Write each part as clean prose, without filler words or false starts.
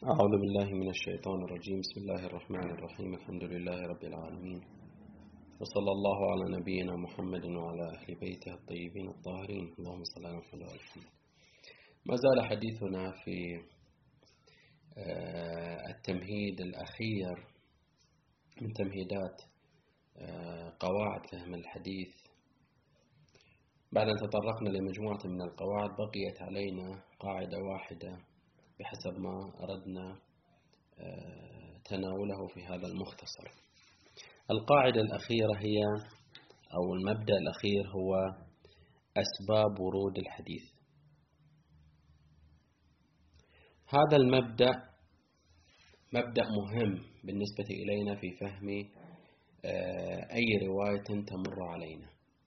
أعوذ بالله من الشيطان الرجيم. بسم الله الرحمن الرحيم. الحمد لله رب العالمين، وصلى الله على نبينا محمد وعلى أهل بيته الطيبين الطاهرين. اللهم صل على محمد وعلى محمد. ما زال حديثنا في التمهيد الأخير من تمهيدات قواعد فهم الحديث. بعد أن تطرقنا لمجموعة من القواعد بقيت علينا قاعدة واحدة بحسب ما أردنا تناوله في هذا المختصر. القاعدة الأخيرة هي أو المبدأ الأخير هو أسباب ورود الحديث. هذا المبدأ مبدأ مهم بالنسبة إلينا في فهم أي رواية تمر علينا.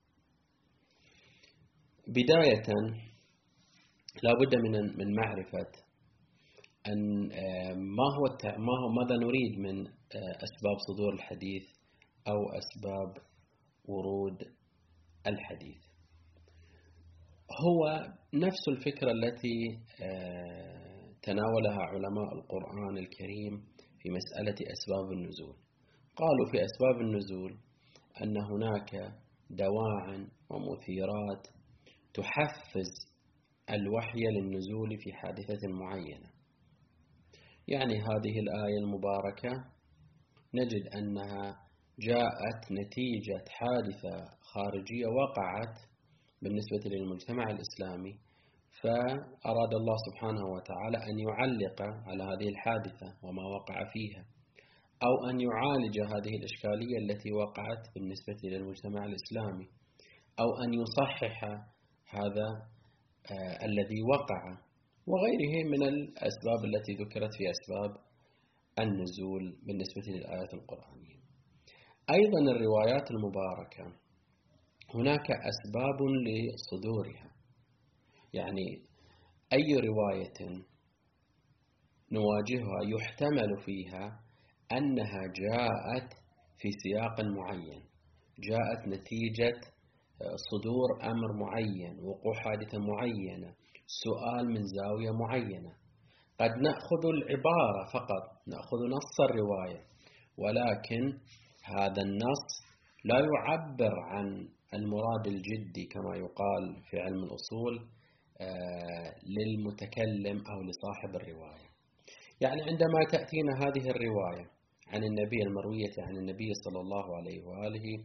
بداية لا بد من معرفة أن ماذا نريد من أسباب صدور الحديث أو أسباب ورود الحديث. هو نفس الفكرة التي تناولها علماء القرآن الكريم في مسألة أسباب النزول. قالوا في أسباب النزول أن هناك دواعٍ ومثيرات تحفز الوحي للنزول في حادثة معينة. يعني هذه الآية المباركة نجد أنها جاءت نتيجة حادثة خارجية وقعت بالنسبة للمجتمع الإسلامي، فأراد الله سبحانه وتعالى أن يعلق على هذه الحادثة وما وقع فيها، أو أن يعالج هذه الإشكالية التي وقعت بالنسبة للمجتمع الإسلامي، أو أن يصحح هذا الذي وقع، وغيره من الأسباب التي ذكرت في أسباب النزول بالنسبة للآيات القرآنية. أيضا الروايات المباركة هناك أسباب لصدورها. يعني أي رواية نواجهها يحتمل فيها أنها جاءت في سياق معين، جاءت نتيجة صدور أمر معين، وقوع حادثة معينة، سؤال من زاوية معينة. قد نأخذ العبارة فقط، نأخذ نص الرواية، ولكن هذا النص لا يعبر عن المراد الجدي كما يقال في علم الأصول للمتكلم أو لصاحب الرواية. يعني عندما تأتينا هذه الرواية عن النبي المروية عن النبي صلى الله عليه وآله: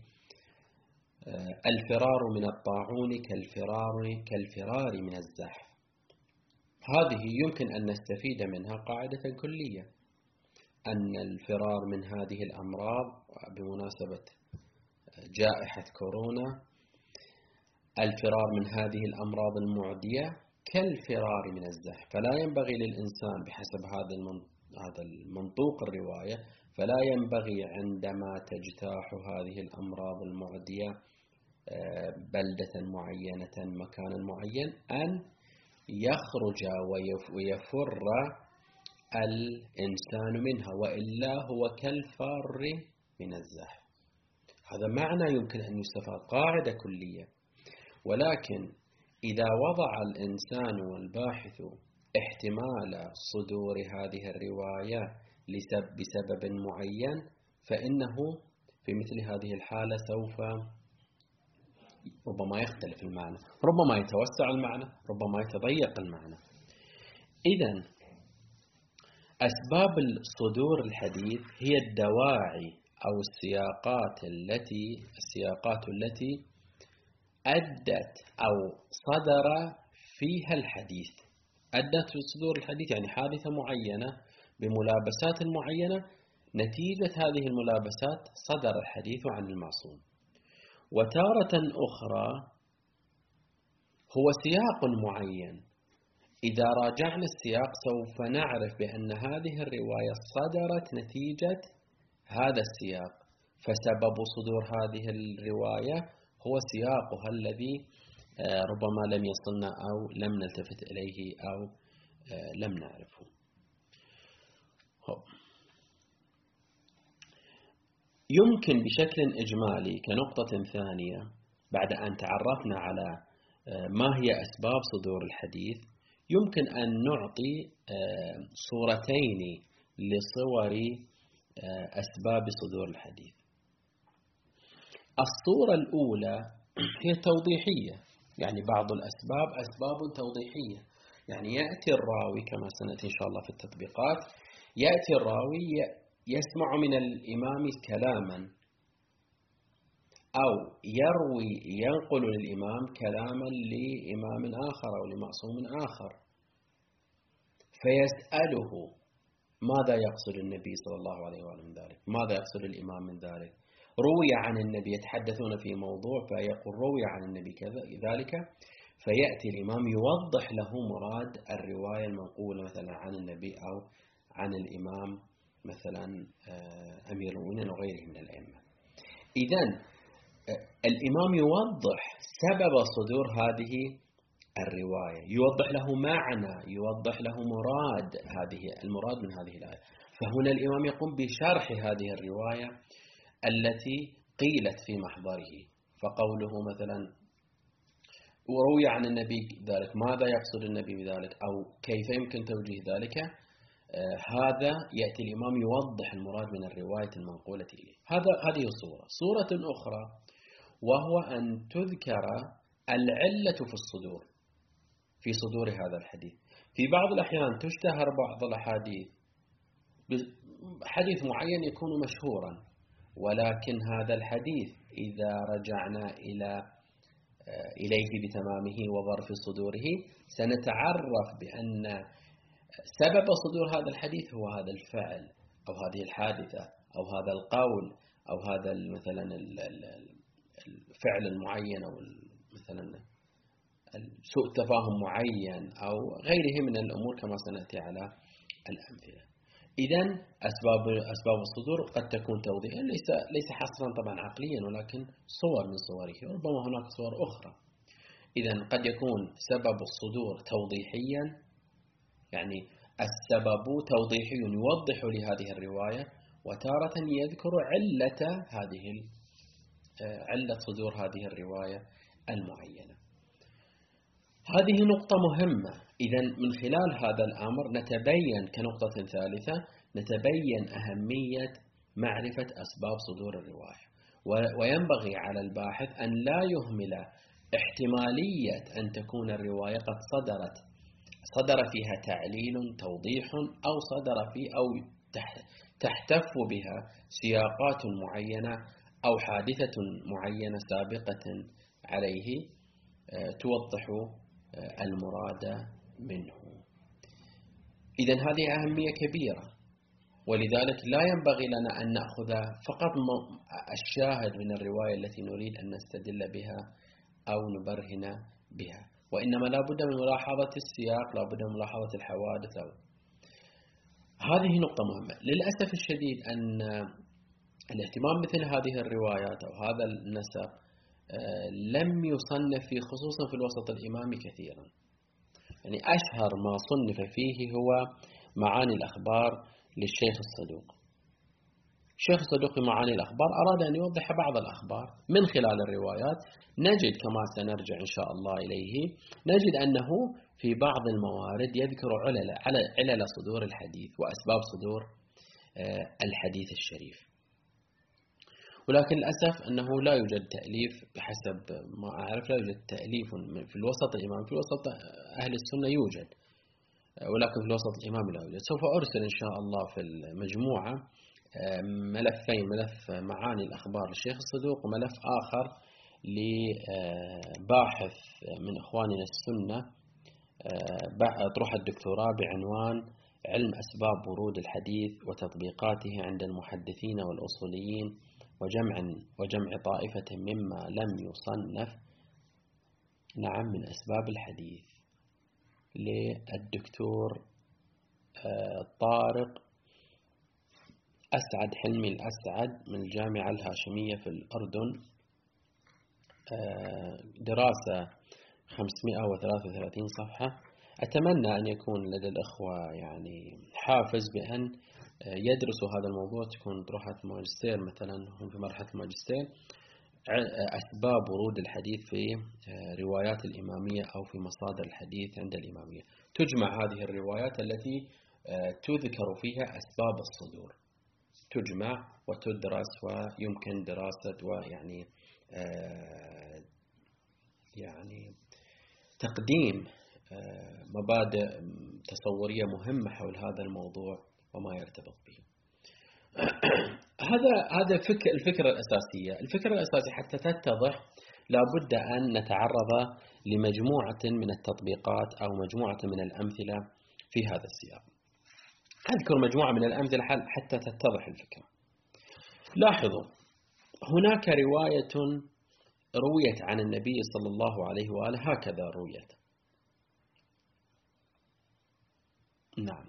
الفرار من الطاعون كالفرار من الزحف، هذه يمكن أن نستفيد منها قاعدة كلية، أن الفرار من هذه الأمراض بمناسبة جائحة كورونا، الفرار من هذه الأمراض المعدية كالفرار من الزحف. فلا ينبغي للإنسان بحسب هذا المنطوق الرواية، فلا ينبغي عندما تجتاح هذه الأمراض المعدية بلدة معينة مكانا معين أن يخرج ويفر الإنسان منها، وإلا هو كالفار من الزحف. هذا معنى يمكن أن يستفاد، قاعدة كلية. ولكن إذا وضع الإنسان والباحث احتمال صدور هذه الرواية بسبب معين، فإنه في مثل هذه الحالة سوف ربما يختلف المعنى، ربما يتوسع المعنى، ربما يتضيق المعنى. إذن أسباب صدور الحديث هي الدواعي أو السياقات التي أدت أو صدر فيها الحديث. أدت في صدور الحديث يعني حادثة معينة بملابسات معينة، نتيجة هذه الملابسات صدر الحديث عن المعصوم. وتارة أخرى هو سياق معين، إذا راجعنا السياق سوف نعرف بأن هذه الرواية صدرت نتيجة هذا السياق، فسبب صدور هذه الرواية هو سياقها الذي ربما لم يصلنا أو لم نلتفت إليه أو لم نعرفه. يمكن بشكل إجمالي كنقطة ثانية، بعد أن تعرفنا على ما هي أسباب صدور الحديث، يمكن أن نعطي صورتين لصور أسباب صدور الحديث. الصورة الأولى هي توضيحية، يعني بعض الأسباب أسباب توضيحية، يعني يأتي الراوي كما سنأتي إن شاء الله في التطبيقات، يأتي الراوي يسمع من الإمام كلاما أو ينقل للإمام كلاما لإمام آخر أو لمعصوم آخر، فيسأله ماذا يقصد النبي صلى الله عليه وآله من ذلك، ماذا يقصد الإمام من ذلك. روي عن النبي، يتحدثون في موضوع فيقول روي عن النبي ذلك، فيأتي الإمام يوضح له مراد الرواية المنقولة مثلا عن النبي أو عن الإمام مثلا أمير المؤمنين وغيره من الأئمة. إذن الإمام يوضح سبب صدور هذه الرواية، يوضح له معنى، يوضح له المراد من هذه الآية. فهنا الإمام يقوم بشرح هذه الرواية التي قيلت في محضره، فقوله مثلا وروي عن النبي ذلك، ماذا يقصد النبي بذلك أو كيف يمكن توجيه ذلك، هذا يأتي الإمام يوضح المراد من الرواية المنقولة إليه. هذه صورة أخرى، وهو أن تذكر العلة في صدور هذا الحديث. في بعض الأحيان تشتهر بعض الأحاديث، حديث معين يكون مشهورا، ولكن هذا الحديث إذا رجعنا إليه بتمامه وظرف صدوره سنتعرف بأن سبب صدور هذا الحديث هو هذا الفعل أو هذه الحادثة أو هذا القول أو هذا مثلا الفعل المعين أو مثلا سوء تفاهم معين أو غيره من الأمور كما سنأتي على الأمثلة. إذن أسباب الصدور قد تكون توضيحيا، ليس حصرا طبعا عقليا، ولكن صور من صوره، وربما هناك صور أخرى. إذن قد يكون سبب الصدور توضيحيا، يعني السبب توضيحي يوضح لهذه الرواية، وتارة يذكر علة صدور هذه الرواية المعينة. هذه نقطة مهمة. إذن من خلال هذا الأمر نتبين كنقطة ثالثة نتبين أهمية معرفة أسباب صدور الرواية، وينبغي على الباحث أن لا يهمل احتمالية أن تكون الرواية قد صدر فيها تعليل توضيح أو تحتف بها سياقات معينة أو حادثة معينة سابقة عليه توضح المراد منه. إذن هذه أهمية كبيرة، ولذلك لا ينبغي لنا أن نأخذ فقط الشاهد من الرواية التي نريد أن نستدل بها أو نبرهن بها، وإنما لا بد من ملاحظة السياق، لا بد من ملاحظة الحوادث. هذه نقطة مهمة. للأسف الشديد أن الاهتمام مثل هذه الروايات أو هذا النسق لم يصنف فيه، خصوصا في الوسط الإمامي كثيرا. يعني أشهر ما صنف فيه هو معاني الأخبار للشيخ الصدوق. الشيخ الصدوق في معاني الأخبار أراد أن يوضح بعض الأخبار من خلال الروايات. نجد كما سنرجع إن شاء الله إليه، نجد أنه في بعض الموارد يذكر علل صدور الحديث وأسباب صدور الحديث الشريف. ولكن للأسف أنه لا يوجد تأليف، بحسب ما أعرف لا يوجد تأليف في الوسط الإمامي. في الوسط أهل السنة يوجد، ولكن في الوسط الإمامي لا يوجد. سوف أرسل إن شاء الله في المجموعة ملفين، ملف معاني الأخبار للشيخ الصدوق وملف آخر لباحث من إخواننا السنة أطروحة الدكتوراه بعنوان علم أسباب ورود الحديث وتطبيقاته عند المحدثين والأصوليين وجمع طائفة مما لم يصنف من أسباب الحديث، للدكتور طارق أسعد حلمي الأسعد من الجامعة الهاشمية في الأردن. دراسة 533 صفحة. أتمنى أن يكون لدى الأخوة يعني حافز بأن يدرسوا هذا الموضوع، تكون طروحة ماجستير مثلا، هم في مرحلة الماجستير، أسباب ورود الحديث في روايات الإمامية أو في مصادر الحديث عند الإمامية. تجمع هذه الروايات التي تذكر فيها أسباب الصدور، تجمع وتدرس ويمكن دراسة ويعني يعني تقديم مبادئ تصورية مهمة حول هذا الموضوع وما يرتبط به. هذا الفكرة الأساسية. الفكرة الأساسية حتى تتضح لابد أن نتعرض لمجموعة من التطبيقات أو مجموعة من الأمثلة في هذا السياق. أذكر مجموعة من الأمثلة حتى تتضح الفكرة. لاحظوا، هناك رواية رويت عن النبي صلى الله عليه وآله هكذا رويت. نعم،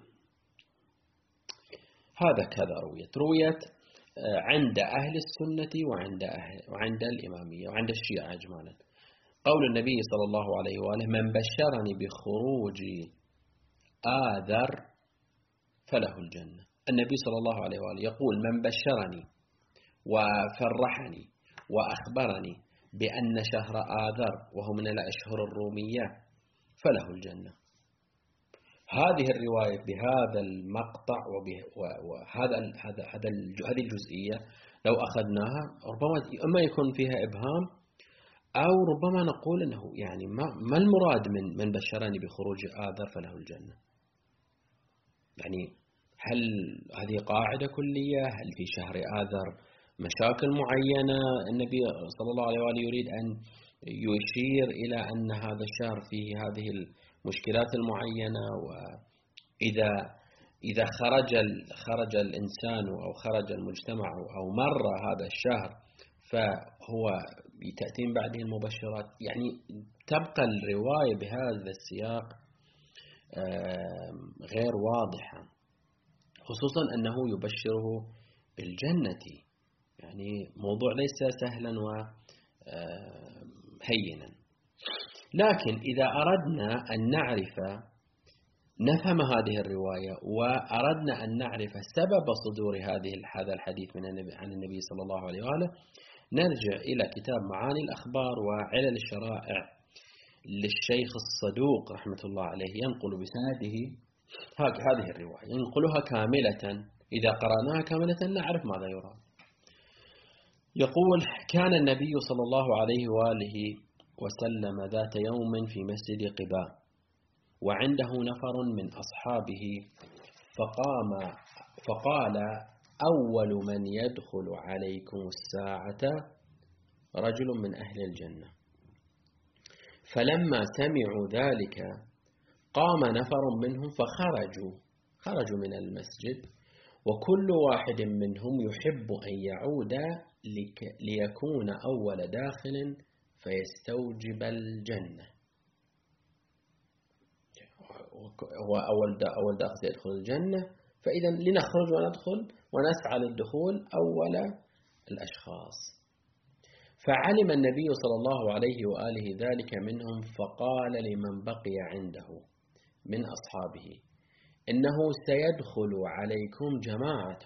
هذا كذا رويت عند أهل السنة وعند الإمامية وعند الشيعة أجمالا. قول النبي صلى الله عليه وآله: من بشرني بخروج آذر فله الجنة. النبي صلى الله عليه وآله يقول: من بشرني وفرحني وأخبرني بأن شهر آذر وهو من الأشهر الرومية فله الجنة. هذه الرواية بهذا المقطع هذه الجزئية لو أخذناها ربما إما يكون فيها إبهام، أو ربما نقول أنه يعني ما المراد من بشرني بخروج آذر فله الجنة؟ يعني هل هذه قاعدة كلية؟ هل في شهر آذر مشاكل معينة النبي صلى الله عليه وآله يريد أن يشير إلى أن هذا الشهر فيه هذه المشكلات المعينة، وإذا خرج الإنسان أو خرج المجتمع أو مر هذا الشهر فهو تأتي من بعده المبشرات؟ يعني تبقى الرواية بهذا السياق غير واضحة، خصوصا أنه يبشره بالجنة. يعني موضوع ليس سهلا وهينا. لكن إذا أردنا أن نعرف نفهم هذه الرواية وأردنا أن نعرف سبب صدور هذا الحديث عن النبي صلى الله عليه وآله، نرجع إلى كتاب معاني الأخبار وعلل الشرائع للشيخ الصدوق رحمة الله عليه، ينقل بسنده هذه الرواية، ينقلها كاملة. إذا قرأناها كاملة نعرف ماذا يراد. يقول: كان النبي صلى الله عليه وآله وسلم ذات يوم في مسجد قباء، وعنده نفر من أصحابه، فقال: أول من يدخل عليكم الساعة رجل من أهل الجنة. فلما سمعوا ذلك قام نفر منهم خرجوا من المسجد، وكل واحد منهم يحب أن يعود ليكون أول داخل فيستوجب الجنة. هو أول داخل سيدخل الجنة، فإذا لنخرج وندخل ونسعى للدخول أول الأشخاص. فعلم النبي صلى الله عليه وآله ذلك منهم، فقال لمن بقي عنده من أصحابه: إنه سيدخل عليكم جماعة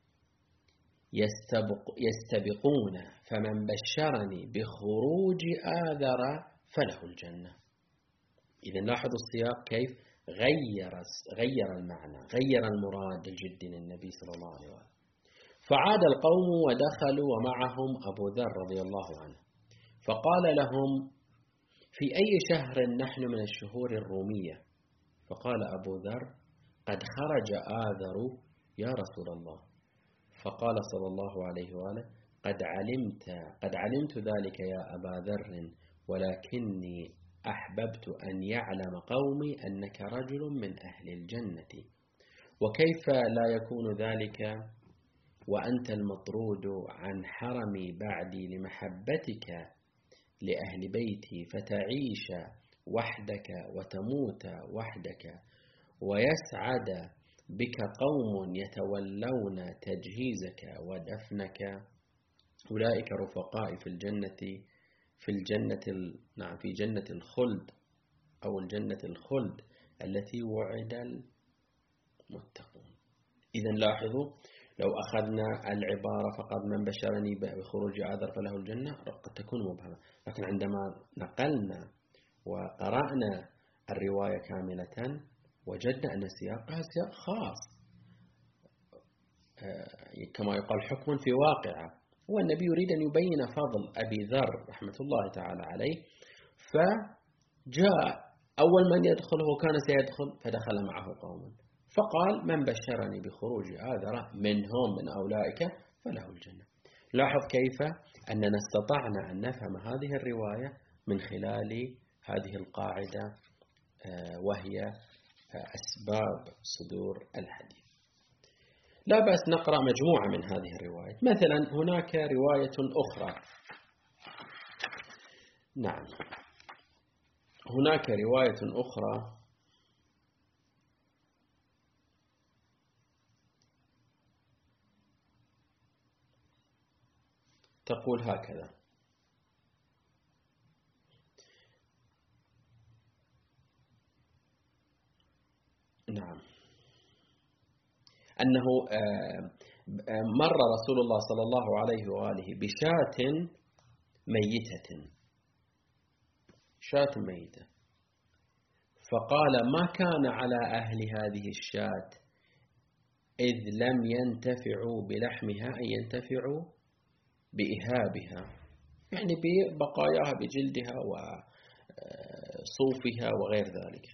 يستبقون، فمن بشرني بخروج آذر فله الجنة. إذا لاحظوا السياق كيف غير المعنى، غير المراد الجدي للنبي صلى الله عليه وآله. فعاد القوم ودخلوا ومعهم أبو ذر رضي الله عنه، فقال لهم: في أي شهر نحن من الشهور الرومية؟ فقال أبو ذر: قد خرج آذر يا رسول الله. فقال صلى الله عليه وآله: قد علمت ذلك يا أبا ذر، ولكني أحببت أن يعلم قومي أنك رجل من أهل الجنة، وكيف لا يكون ذلك وأنت المطرود عن حرمي بعدي لمحبتك لأهل بيتي، فتعيش وحدك وتموت وحدك، ويسعد بك قوم يتولون تجهيزك ودفنك، أولئك رفقائي في جنة الخلد أو الجنة الخلد التي وعد المتقون. إذا لاحظوا، لو أخذنا العبارة فقط من بشرني بخروج آذر فله الجنة قد تكون مبهمة، لكن عندما نقلنا وقرأنا الرواية كاملة وجدنا أن سياقها سياق خاص، كما يقال حكم في واقعة، والنبي يريد أن يبين فضل أبي ذر رحمة الله تعالى عليه، فجاء أول من يدخل هو كان سيدخل فدخل معه قوم، فقال من بشرني بخروج آذرة منهم من أولئك فله الجنة. لاحظ كيف أننا استطعنا أن نفهم هذه الرواية من خلال هذه القاعدة، وهي أسباب صدور الحديث. لا بأس نقرأ مجموعة من هذه الروايات. مثلا هناك رواية أخرى، نعم هناك رواية أخرى تقول هكذا: نعم أنه مر رسول الله صلى الله عليه وآله بشاة ميتة، شاة ميتة، فقال ما كان على أهل هذه الشاة إذ لم ينتفعوا بلحمها أي ينتفعوا بإهابها، يعني ببقاياها بجلدها وصوفها وغير ذلك.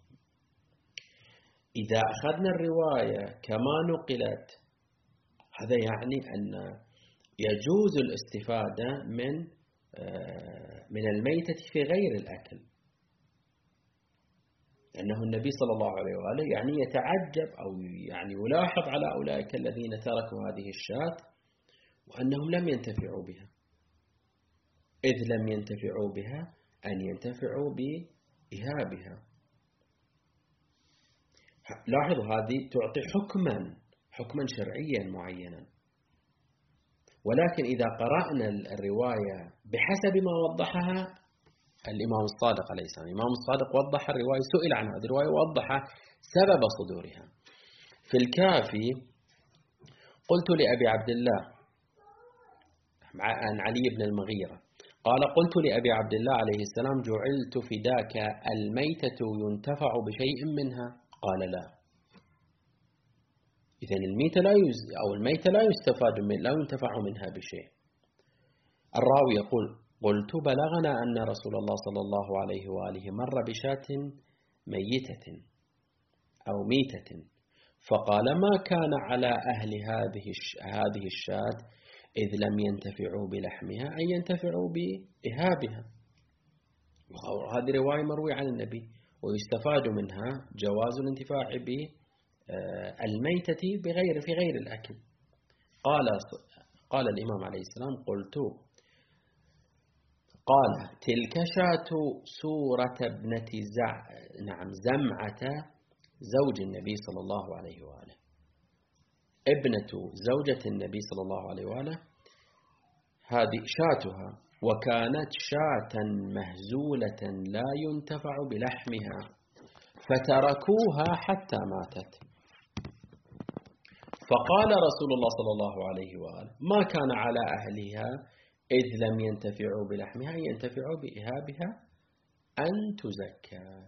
إذا أخذنا الرواية كما نقلت، هذا يعني أن يجوز الاستفادة من الميتة في غير الأكل، لأنه النبي صلى الله عليه وآله يعني يتعجب أو يعني يلاحظ على أولئك الذين تركوا هذه الشاة وأنهم لم ينتفعوا بها، إذ لم ينتفعوا بها أن ينتفعوا بإهابها. لاحظوا هذه تعطي حكما شرعيا معينا، ولكن إذا قرأنا الرواية بحسب ما وضحها الإمام الصادق عليه السلام، الإمام الصادق وضح الرواية، سئل عن هذه الرواية ووضح سبب صدورها. في الكافي قلت لأبي عبد الله عن علي بن المغيرة قال قلت لأبي عبد الله عليه السلام جعلت فداك الميتة ينتفع بشيء منها؟ قال لا. إذن الميتة لا يستفاد لا ينتفع منها بشيء. الراوي يقول قلت بلغنا أن رسول الله صلى الله عليه وآله مر بشاة ميتة أو ميتة فقال ما كان على أهل هذه الشاة إذ لم ينتفعوا بلحمها أن ينتفعوا بإهابها. هذه رواية مروية عن النبي، ويستفاد منها جواز الانتفاع بالميتة في غير الأكل. قال الإمام عليه السلام قلت قال تلك شاة سورة ابنة زمعة زوج النبي صلى الله عليه وآله، ابنة زوجة النبي صلى الله عليه وآله، هذه شاتها، وكانت شاة مهزولة لا ينتفع بلحمها فتركوها حتى ماتت. فقال رسول الله صلى الله عليه وآله ما كان على أهلها إذ لم ينتفعوا بلحمها أن ينتفعوا بإهابها أن تزكى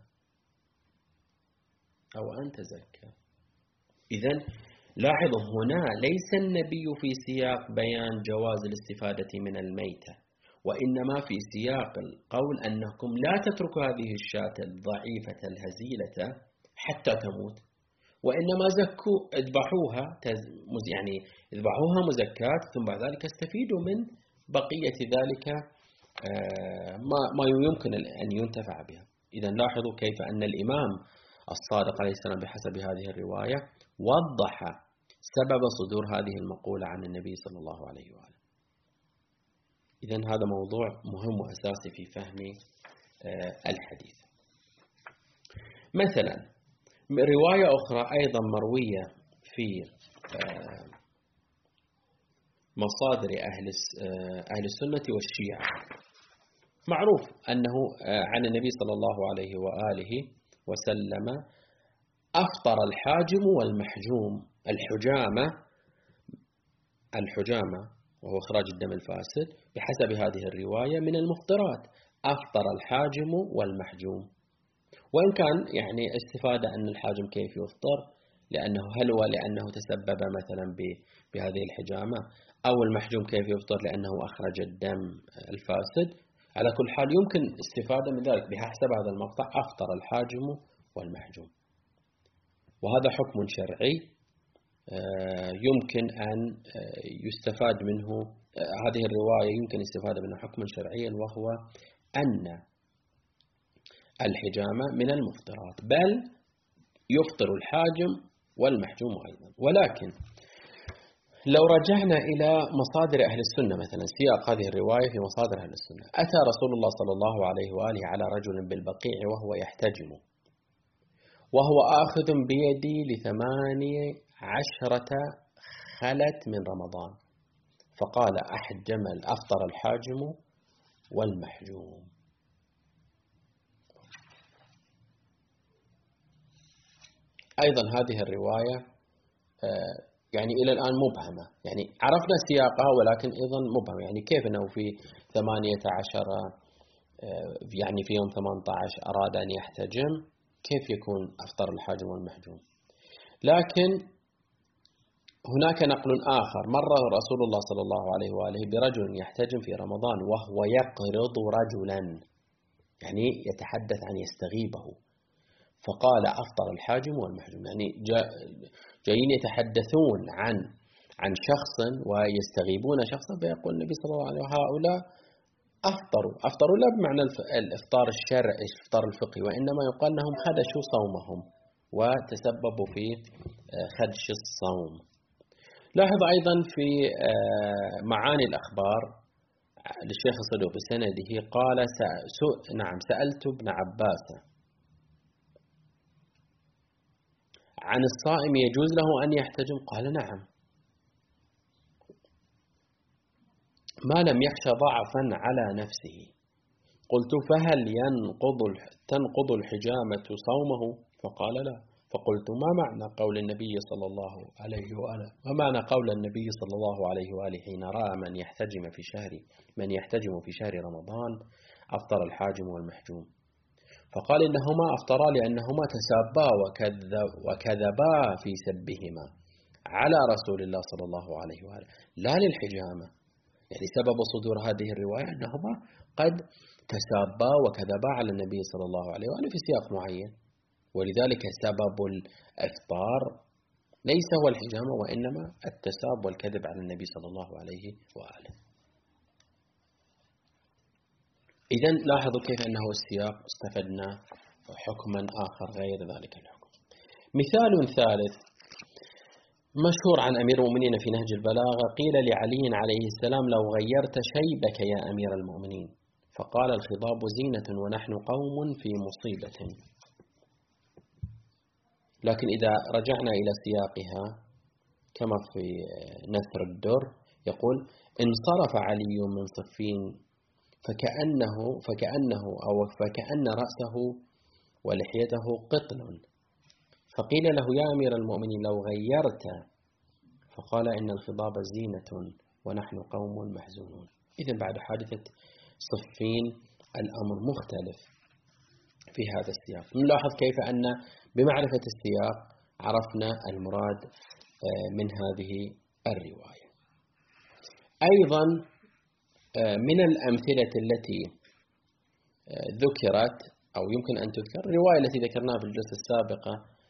أو أن تزكى. إذن لاحظوا هنا ليس النبي في سياق بيان جواز الاستفادة من الميتة، وإنما في سياق القول أنكم لا تتركوا هذه الشاة الضعيفة الهزيلة حتى تموت، وإنما اذبحوها يعني اذبحوها مزكاة، ثم بعد ذلك استفيدوا من بقية ذلك ما يمكن أن ينتفع بها. إذا لاحظوا كيف أن الإمام الصادق عليه السلام بحسب هذه الرواية وضح سبب صدور هذه المقولة عن النبي صلى الله عليه وآله. إذن هذا موضوع مهم وأساسي في فهم الحديث. مثلا رواية أخرى أيضا مروية في مصادر أهل السنة والشيعة، معروف أنه عن النبي صلى الله عليه وآله وسلم أفطر الحاجم والمحجوم. الحجامة وهو إخراج الدم الفاسد بحسب هذه الرواية من المفطرات، أفطر الحاجم والمحجوم. وإن كان يعني استفادة أن الحاجم كيف يفطر، هل هو لأنه تسبب مثلا بهذه الحجامة، أو المحجوم كيف يفطر لأنه أخرج الدم الفاسد. على كل حال يمكن استفادة من ذلك بحسب هذا المقطع أفطر الحاجم والمحجوم. وهذا حكم شرعي يمكن أن يستفاد منه، هذه الرواية يمكن استفادة منها حكما شرعيا، وهو أن الحجامة من المفطرات، بل يفطر الحاجم والمحجوم أيضا. ولكن لو رجعنا إلى مصادر أهل السنة، مثلا سياق هذه الرواية في مصادر أهل السنة: أتى رسول الله صلى الله عليه وآله على رجل بالبقيع وهو يحتجم، وهو آخذ بيدي ل18 خلت من رمضان، فقال: أفطر الحاجم والمحجوم. أيضا هذه الرواية يعني إلى الآن مبهمة، يعني عرفنا سياقها ولكن أيضا مبهمة. يعني كيف أنه في 18 يعني في يوم 18 أراد أن يحتجم، كيف يكون أفطر الحاجم والمحجوم؟ لكن هناك نقل آخر: مر رسول الله صلى الله عليه وآله برجل يحتجم في رمضان وهو يقرض رجلا، يعني يتحدث عن يستغيبه، فقال: أفطر الحاجم والمحجوم. يعني جايين يتحدثون عن شخص ويستغيبون شخصا، فيقول النبي صلى الله عليه وسلم: هؤلاء أفطروا لا بمعنى الإفطار الشرعي الإفطار الفقهي، وإنما يقال أنهم خدشوا صومهم وتسببوا في خدش الصوم. لاحظ أيضا في معاني الأخبار للشيخ الصدوق بسنده قال: سألت ابن عباس عن الصائم يجوز له أن يحتجم؟ قال: نعم، ما لم يخشى ضعفا على نفسه. قلت: فهل تنقض الحجامة صومه؟ فقال: لا. فقلت: ما معنى قول النبي صلى الله عليه وآله حين رأى من يحتجم في شهر رمضان أفطر الحاجم والمحجوم؟ فقال: إنهما أفطرا لأنهما تسابا وكذبا في سبهما على رسول الله صلى الله عليه وآله، لا للحجامة. يعني سبب صدور هذه الرواية أنهما قد تسابا وكذبا على النبي صلى الله عليه وآله في سياق معين، ولذلك سبب الإفطار ليس هو الحجامة وإنما التساب والكذب على النبي صلى الله عليه وآله. إذن لاحظوا كيف أنه السياق استفدنا حكما آخر غير ذلك الحكم. مثال ثالث مشهور عن أمير المؤمنين في نهج البلاغة: قيل لعلي عليه السلام: لو غيرت شيبك يا أمير المؤمنين، فقال: الخضاب زينة ونحن قوم في مصيبة. لكن إذا رجعنا إلى سياقها كما في نثر الدر يقول: انصرف علي من صفين فكأن رأسه ولحيته قطن، فقيل له: يا أمير المؤمنين لو غيرت، فقال: إن الخضاب زينة ونحن قوم محزونون. إذن بعد حادثة صفين الأمر مختلف في هذا السياق. نلاحظ كيف أن بمعرفة السياق عرفنا المراد من هذه الرواية. أيضا من الأمثلة التي ذكرت أو يمكن أن تذكر الرواية التي ذكرناها في الجلسة السابقة: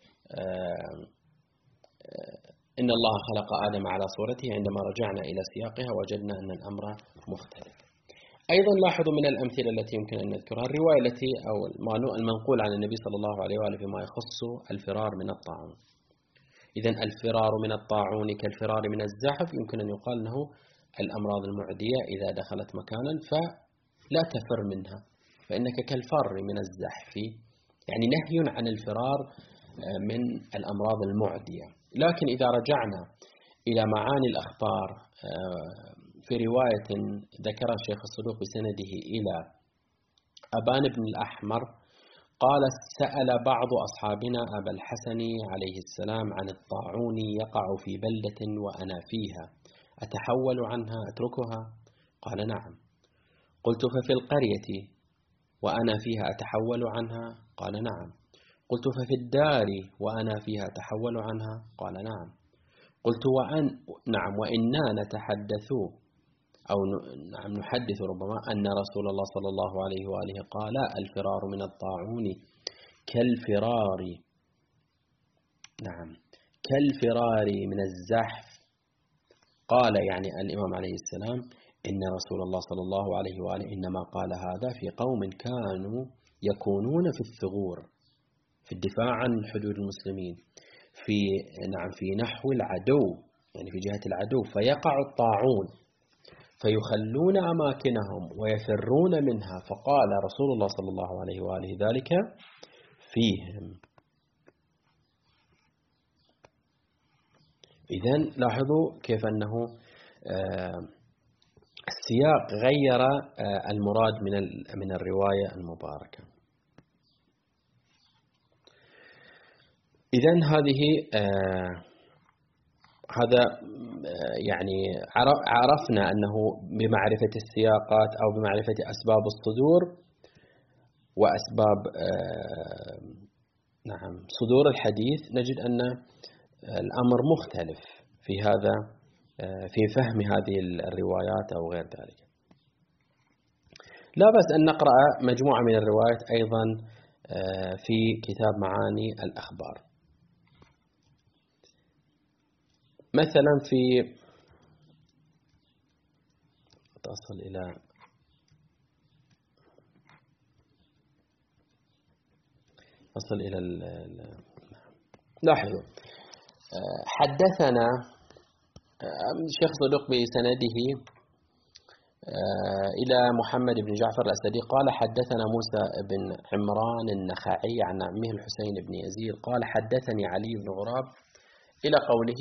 إن الله خلق آدم على صورته. عندما رجعنا إلى سياقها وجدنا أن الأمر مختلف. أيضا لاحظوا من الأمثلة التي يمكن أن نذكرها الرواية التي أو المنقول عن النبي صلى الله عليه وآله فيما يخص الفرار من الطاعون. إذن الفرار من الطاعون كالفرار من الزحف، يمكن أن يقال أنه الأمراض المعدية إذا دخلت مكانا فلا تفر منها، فإنك كالفر من الزحف، يعني نهي عن الفرار من الأمراض المعدية. لكن إذا رجعنا إلى معاني الأخبار في رواية ذكرها الشيخ الصدوق بسنده إلى أبان بن الأحمر قال: سأل بعض أصحابنا أبا الحسن عليه السلام عن الطاعون يقع في بلدة وأنا فيها، أتحول عنها أتركها؟ قال: نعم. قلت: ففي القرية وأنا فيها أتحول عنها؟ قال نعم. قلت ففي الدار وأنا فيها تحول عنها؟ قال نعم. قلت نعم وإنا نتحدث أو نعم نحدث ربما أن رسول الله صلى الله عليه وآله قال الفرار من الطاعون كالفرار، نعم، كالفرار من الزحف. قال يعني الإمام عليه السلام إن رسول الله صلى الله عليه وآله إنما قال هذا في قوم كانوا يكونون في الثغور، في الدفاع عن حدود المسلمين، في نحو العدو، يعني في جهة العدو، فيقع الطاعون فيخلون أماكنهم ويفرون منها، فقال رسول الله صلى الله عليه وآله ذلك فيهم. إذن لاحظوا كيف أنه السياق غير المراد من الرواية المباركة. إذن هذا يعني عرفنا أنه بمعرفة السياقات أو بمعرفة أسباب الصدور وأسباب نعم صدور الحديث نجد أن الأمر مختلف في هذا، في فهم هذه الروايات أو غير ذلك. لا بأس أن نقرأ مجموعة من الروايات أيضا في كتاب معاني الأخبار. مثلا تصل إلى لاحظوا حدثنا الشيخ صدوق بسنده إلى محمد بن جعفر الأسدي قال حدثنا موسى بن عمران النخعي عن عمه الحسين بن يزيد قال حدثني علي بن غراب إلى قوله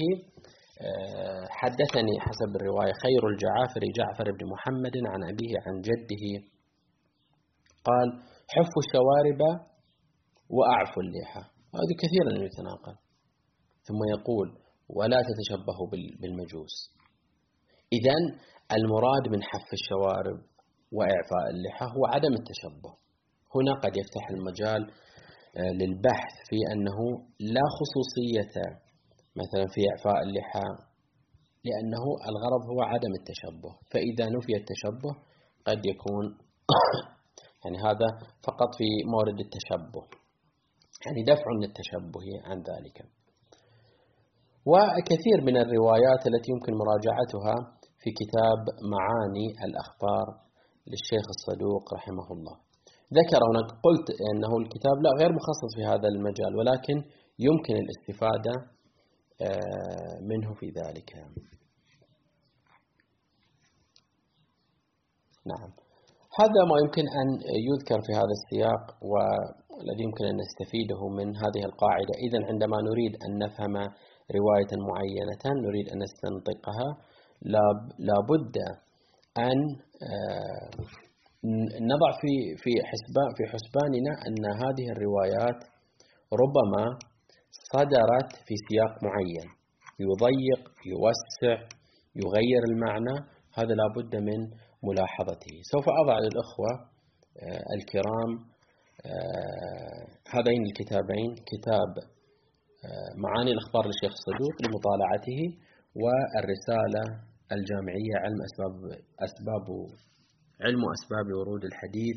حدثني حسب الرواية خير الجعافر جعفر بن محمد عن أبيه عن جده قال حفوا الشوارب وأعفوا اللحى. هذا كثيرا يتناقل. ثم يقول ولا تتشبهوا بالمجوس. إذن المراد من حف الشوارب وإعفاء اللحى هو عدم التشبه. هنا قد يفتح المجال للبحث في أنه لا خصوصية مثلا في إعفاء اللحى، لأنه الغرض هو عدم التشبه، فإذا نفي التشبه قد يكون يعني هذا فقط في مورد التشبه، يعني دفع للتشبه عن ذلك. وكثير من الروايات التي يمكن مراجعتها في كتاب معاني الأخبار للشيخ الصدوق رحمه الله. ذكر هنا قلت أنه الكتاب لا غير مخصص في هذا المجال، ولكن يمكن الاستفادة منه في ذلك. نعم، هذا ما يمكن أن يذكر في هذا السياق والذي يمكن أن نستفيده من هذه القاعدة. إذن عندما نريد أن نفهم رواية معينة نريد أن نستنطقها لا بد أن نضع في حسباننا أن هذه الروايات ربما صدرت في سياق معين يضيق يوسع يغير المعنى، هذا لا بد من ملاحظته. سوف أضع للأخوة الكرام هذين الكتابين، كتاب معاني الأخبار للشيخ الصدوق لمطالعته، والرسالة الجامعية علم أسباب ورود الحديث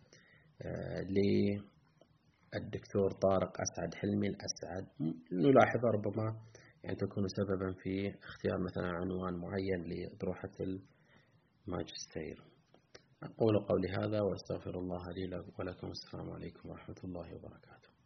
للدكتور طارق أسعد حلمي الأسعد. نلاحظ ربما يعني تكون سببا في اختيار مثلا عنوان معين لأطروحة الماجستير. أقول قولي هذا وأستغفر الله لي ولكم. السلام عليكم ورحمة الله وبركاته.